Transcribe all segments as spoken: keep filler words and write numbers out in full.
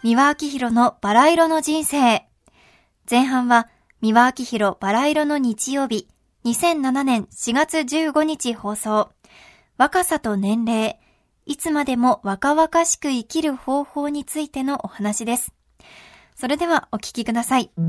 三輪明宏のバラ色の人生。前半は三輪明宏バラ色の日曜日、にせんななねんしがつじゅうごにち放送。若さと年齢、いつまでも若々しく生きる方法についてのお話です。それではお聞きください。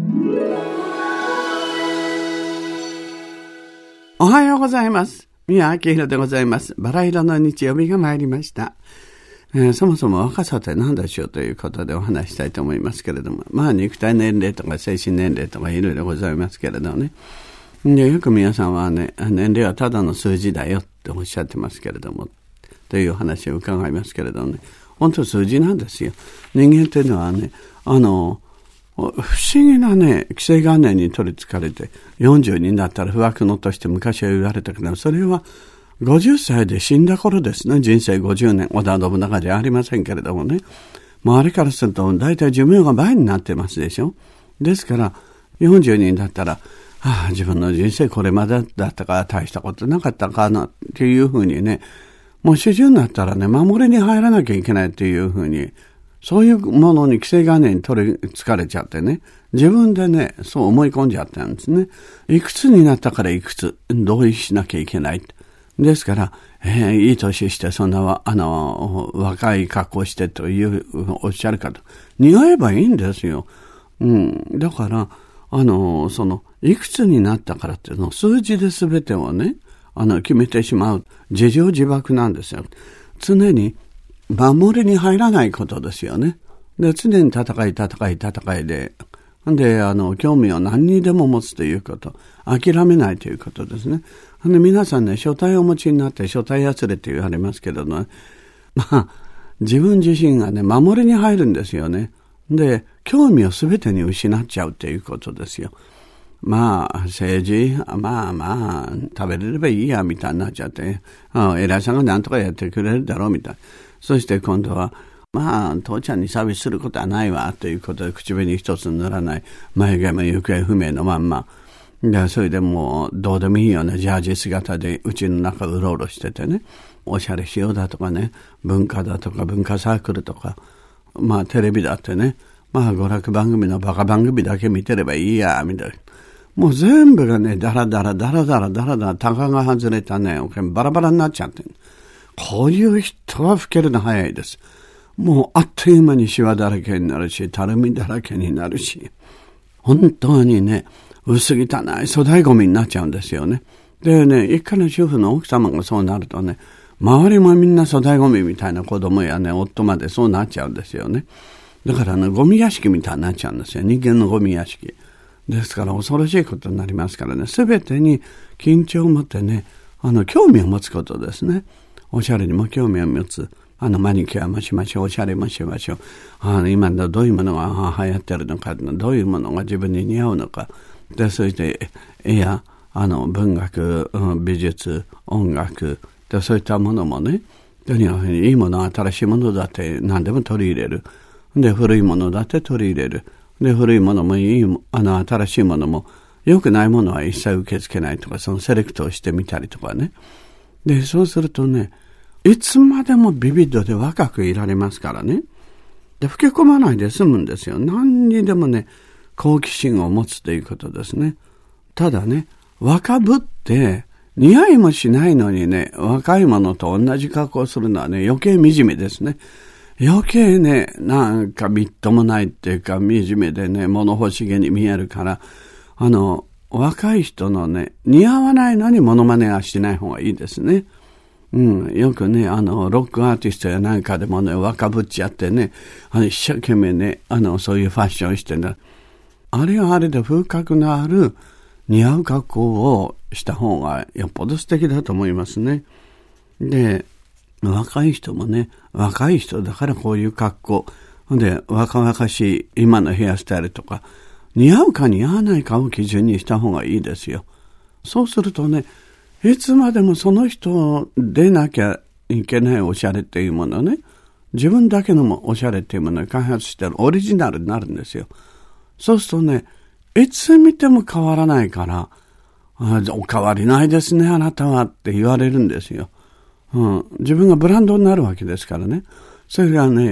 おはようございます。三輪明宏でございます。バラ色の日曜日が参りました。えー、そもそも若さって何でしょうということでお話したいと思いますけれども、まあ肉体年齢とか精神年齢とかいろいろございますけれどね。でよく皆さんはね、年齢はただの数字だよっておっしゃってますけれども、という話を伺いますけれどね、本当数字なんですよ。人間っていうのはね、あの不思議なね、既成概念に取りつかれて、よんじゅうになったら不惑のとして昔は言われたけど、それはごじゅっさいで死んだ頃ですね。人生ごじゅうねん、織田信長じゃありませんけれどもね。周りからすると大体寿命が倍になってますでしょ。ですからよんじゅうにんだったら、はあ、自分の人生これまでだったから大したことなかったかなっていうふうにね、もう主従になったらね、守りに入らなきゃいけないっていうふうに、そういうものに既成概念に取りつかれちゃってね、自分でね、そう思い込んじゃったんですね。いくつになったからいくつ同意しなきゃいけない。ですから、えー、いい年してそんなあの若い格好してというおっしゃる方、似合えばいいんですよ。うん、だからあのそのいくつになったからっていうの数字で全てをね、あの決めてしまう自情自爆なんですよ。常に守りに入らないことですよね。で常に戦い戦い戦いで。で、あの、興味を何にでも持つということ。諦めないということですね。で、皆さんね、書体をお持ちになって、書体やつれって言われますけどね。まあ、自分自身がね、守りに入るんですよね。で、興味を全てに失っちゃうということですよ。まあ、政治、まあまあ、食べれればいいや、みたいになっちゃって、ああ偉いさんが何とかやってくれるだろう、みたいな。そして今度は、まあ、父ちゃんにサービスすることはないわ、ということで、口紅一つ塗らない、眉毛も行方不明のまんま。で、それでもう、どうでもいいようなジャージ姿で、うちの中うろうろしててね、おしゃれしようだとかね、文化だとか、文化サークルとか、まあ、テレビだってね、まあ、娯楽番組のバカ番組だけ見てればいいや、みたいな。もう全部がね、だらだら、だらだら、だらだら、タガが外れたね、バラバラになっちゃってる。こういう人は老けるの早いです。もうあっという間にシワだらけになるし、たるみだらけになるし、本当にね、薄汚い粗大ゴミになっちゃうんですよね。でね、一家の主婦の奥様がそうなるとね、周りもみんな粗大ゴミみたいな子供やね、夫までそうなっちゃうんですよね。だからね、ゴミ屋敷みたいになっちゃうんですよ。人間のゴミ屋敷。ですから恐ろしいことになりますからね、すべてに緊張を持ってね、あの、興味を持つことですね。おしゃれにも興味を持つ。あのマニキュアもしましょう、おしゃれもしましょう。あの今どういうものが流行ってるのか、どういうものが自分に似合うのか。で、そして絵やあの文学、美術、音楽でそういったものもね、とにかくいいもの、新しいものだって何でも取り入れる。で、古いものだって取り入れる。で、古いものもいい、あの新しいものも良くないものは一切受け付けないとか、そのセレクトをしてみたりとかね。で、そうするとね、いつまでもビビッドで若くいられますからね。で、老け込まないで済むんですよ。何にでもね、好奇心を持つということですね。ただね、若ぶって似合いもしないのにね、若い者と同じ格好をするのはね、余計惨めですね。余計ね、なんかみっともないっていうか惨めでね、物欲しげに見えるから、あの、若い人のね、似合わないのにモノマネはしない方がいいですね。うん、よくね、あの、ロックアーティストやなんかでもね、若ぶっちゃってね、あの、一生懸命ね、あの、そういうファッションしてね、あれはあれで風格のある似合う格好をした方がよっぽど素敵だと思いますね。で、若い人もね、若い人だからこういう格好。で、若々しい今のヘアスタイルとか、似合うか似合わないかを基準にした方がいいですよ。そうするとね、いつまでもその人でなきゃいけないおしゃれっていうものね、自分だけのもおしゃれっていうものを開発してるオリジナルになるんですよ。そうするとね、いつ見ても変わらないから、あ、お変わりないですね、あなたはって言われるんですよ。うん、自分がブランドになるわけですからね。それがね、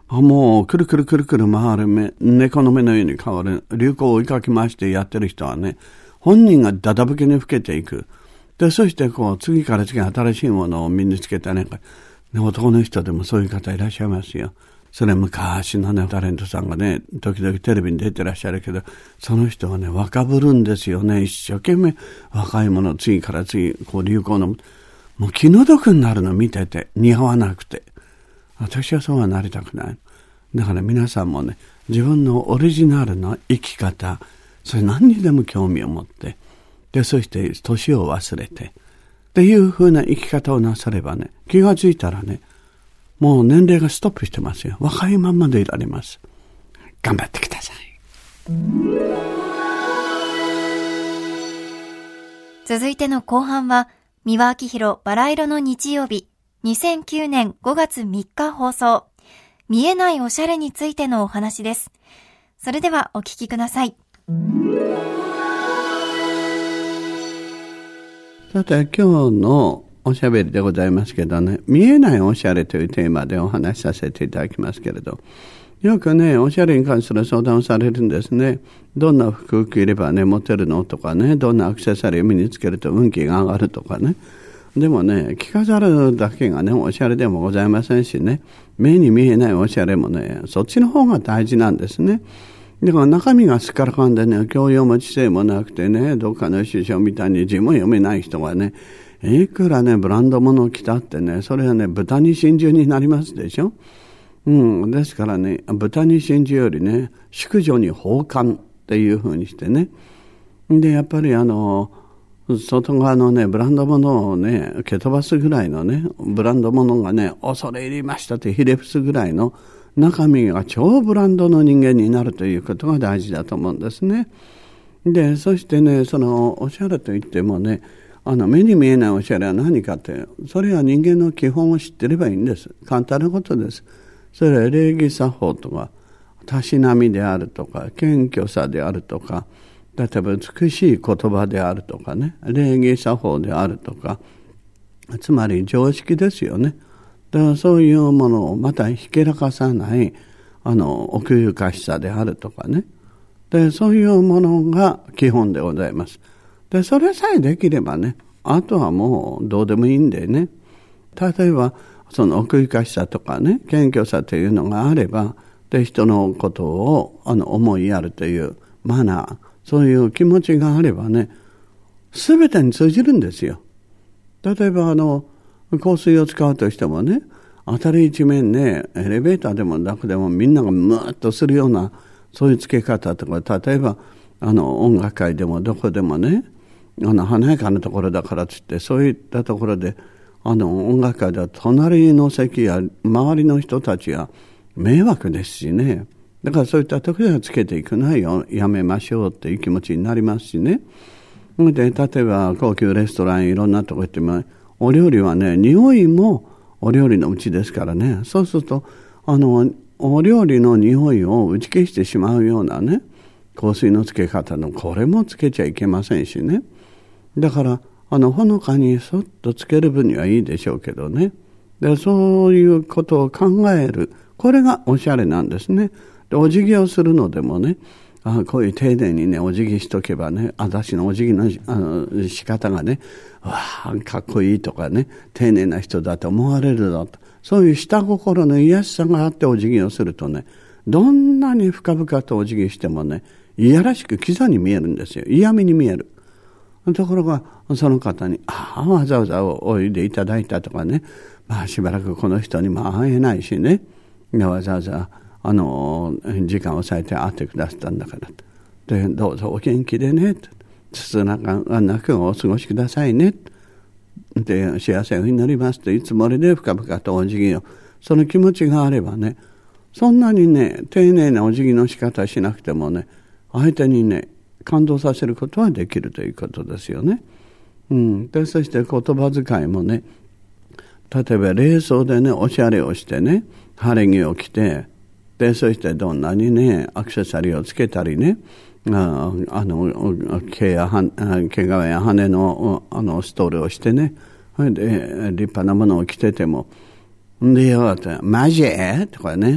もうくるくるくるくる回る目、猫の目のように変わる流行を追いかけ回してやってる人はね、本人がダダぶけに老けていく。で、そしてこう次から次に新しいものを身につけたね、男の人でもそういう方いらっしゃいますよ。それ昔のね、タレントさんがね、時々テレビに出てらっしゃるけど、その人はね、若ぶるんですよね。一生懸命若いもの、次から次、こう流行の、もう気の毒になるの見てて、似合わなくて。私はそうはなりたくない。だから皆さんもね、自分のオリジナルの生き方、それ何にでも興味を持って、で、そして年を忘れて、っていう風な生き方をなさればね、気がついたらね、もう年齢がストップしてますよ。若いまんまでいられます。頑張ってください。 続いての後半は、三輪明宏バラ色の日曜日、にせんきゅうねんごがつみっか放送、見えないおしゃれについてのお話です。それではお聞きください。 さて今日のおしゃべりでございますけどね、見えないおしゃれというテーマでお話しさせていただきますけれど、よくね、おしゃれに関する相談をされるんですね。どんな服を着ればね、モテるのとかね、どんなアクセサリーを身につけると運気が上がるとかね。でもね、着飾るだけがね、おしゃれでもございませんしね、目に見えないおしゃれもね、そっちの方が大事なんですね。だから中身がすっからかんでね、教養も知性もなくてね、どっかの師匠みたいに字も読めない人がね、いくらね、ブランド物を着たってね、それはね、豚に真珠になりますでしょ。うん、ですからね、豚に真珠よりね、淑女に宝冠っていう風にしてね。で、やっぱりあの、外側のね、ブランド物をね、蹴飛ばすぐらいのね、ブランド物がね、恐れ入りましたってひれ伏すぐらいの中身が超ブランドの人間になるということが大事だと思うんですね。で、そしてね、そのおしゃれといってもね、あの目に見えないおしゃれは何かって、それは人間の基本を知ってればいいんです。簡単なことです。それは礼儀作法とか、たしなみであるとか、謙虚さであるとか、例えば美しい言葉であるとかね、礼儀作法であるとか、つまり常識ですよね。だからそういうものをまたひけらかさないあの奥ゆかしさであるとかね。で、そういうものが基本でございます。で、それさえできればね、あとはもうどうでもいいんでね。例えばその奥ゆかしさとかね、謙虚さというのがあれば、で、人のことをあの思いやるというマナー、そういう気持ちがあればね、すべてに通じるんですよ。例えばあの香水を使うとしてもね、辺り一面ね、エレベーターでもなくでもみんながムーッとするようなそういうつけ方とか、例えばあの音楽会でもどこでもね、あの華やかなところだからつってそういったところであの音楽会では隣の席や周りの人たちは迷惑ですしね。だからそういったところではつけていくのはやめましょうっていう気持ちになりますしね。で、例えば高級レストランいろんなとこ行ってもお料理はね、匂いもお料理のうちですからね。そうするとあのお料理の匂いを打ち消してしまうようなね、香水のつけ方のこれもつけちゃいけませんしね。だからあのほのかにそっとつける分にはいいでしょうけどね。で、そういうことを考える、これがおしゃれなんですね。で、お辞儀をするのでもね、あこういう丁寧にねお辞儀しとけばね、私のお辞儀のあの仕方がね、わあかっこいいとかね、丁寧な人だと思われるだと、そういう下心の癒しさがあってお辞儀をするとね、どんなに深々とお辞儀してもね、いやらしくキザに見えるんですよ。嫌味に見える。ところがその方にああわざわざおいでいただいたとかね、まあしばらくこの人にも会えないしね、わざわざあの時間を割いて会ってくださったんだからと、でどうぞお元気でねと、つつなくお過ごしくださいねで、幸せを祈りますというつもりで深々とお辞儀を、その気持ちがあればね、そんなにね丁寧なお辞儀の仕方しなくてもね、相手にね感動させることはできるということですよね。うん、でそして言葉遣いもね、例えば礼装でねおしゃれをしてね、晴れ着を着て、でそしてどんなにねアクセサリーをつけたりね、ああの毛や毛皮や羽のあのストールをしてね、それで立派なものを着てても、でよってマジとかね、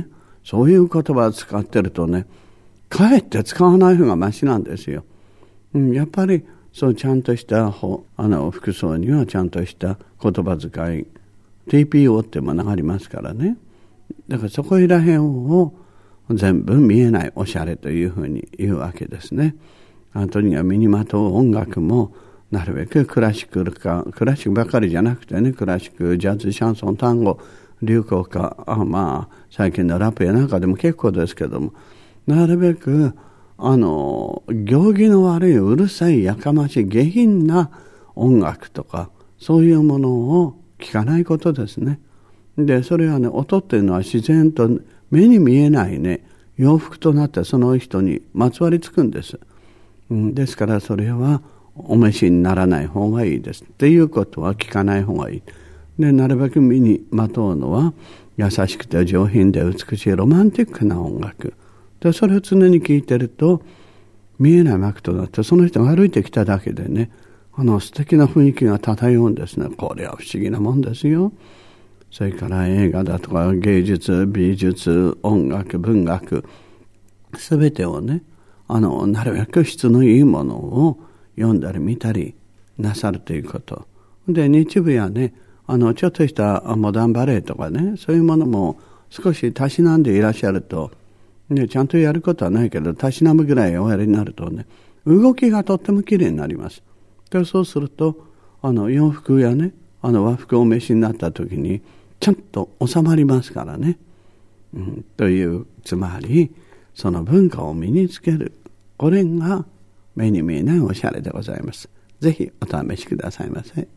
そういう言葉を使ってるとね、かえって使わない方がマシなんですよ。うん、やっぱりそうちゃんとしたあの服装にはちゃんとした言葉遣い、 ティーピーオー ってものがありますからね。だからそこら辺を全部見えないおしゃれというふうに言うわけですね。あとには身にまとう音楽もなるべくクラシックか、クラシックばかりじゃなくてね、クラシック、ジャズ、シャンソン、単語、流行歌、あまあ最近のラップやなんかでも結構ですけども、なるべくあの行儀の悪いうるさいやかましい下品な音楽とかそういうものを聞かないことですね。でそれはね、音っていうのは自然と目に見えないね洋服となってその人にまつわりつくんです、うん、ですからそれはお召しにならない方がいいですっていうことは聞かない方がいいで、なるべく身にまとうのは優しくて上品で美しいロマンティックな音楽で、それを常に聞いてると見えない幕となってその人が歩いてきただけでね、あの素敵な雰囲気が漂うんですね。これは不思議なもんですよ。それから映画だとか芸術、美術、音楽、文学すべてをね、あのなるべく質のいいものを読んだり見たりなさるということで、日舞やね、あのちょっとしたモダンバレエとかね、そういうものも少したしなんでいらっしゃると、ね、ちゃんとやることはないけどたしなむぐらいおやりになるとね、動きがとってもきれいになります。でそうするとあの洋服やね、あの和服をお召しになった時にちゃんと収まりますからね、うん、というつまりその文化を身につける、これが目に見えないおしゃれでございます。ぜひお試しくださいませ。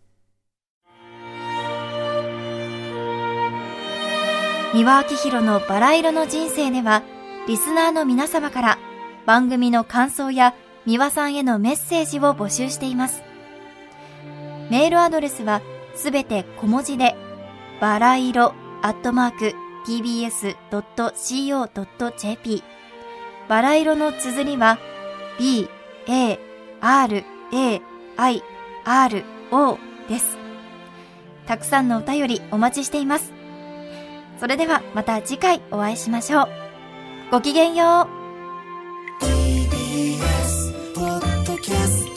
三輪明宏のバラ色の人生ではリスナーの皆様から番組の感想や三輪さんへのメッセージを募集しています。メールアドレスはすべて小文字でバラ色アットマーク ティービーエスドットシーオードットジェーピー、 バラ色の綴りは ビー エー アール エー アイ アール オー です。たくさんのお便りお待ちしています。それではまた次回お会いしましょう。ごきげんよう。ティービーエス ポッドキャスト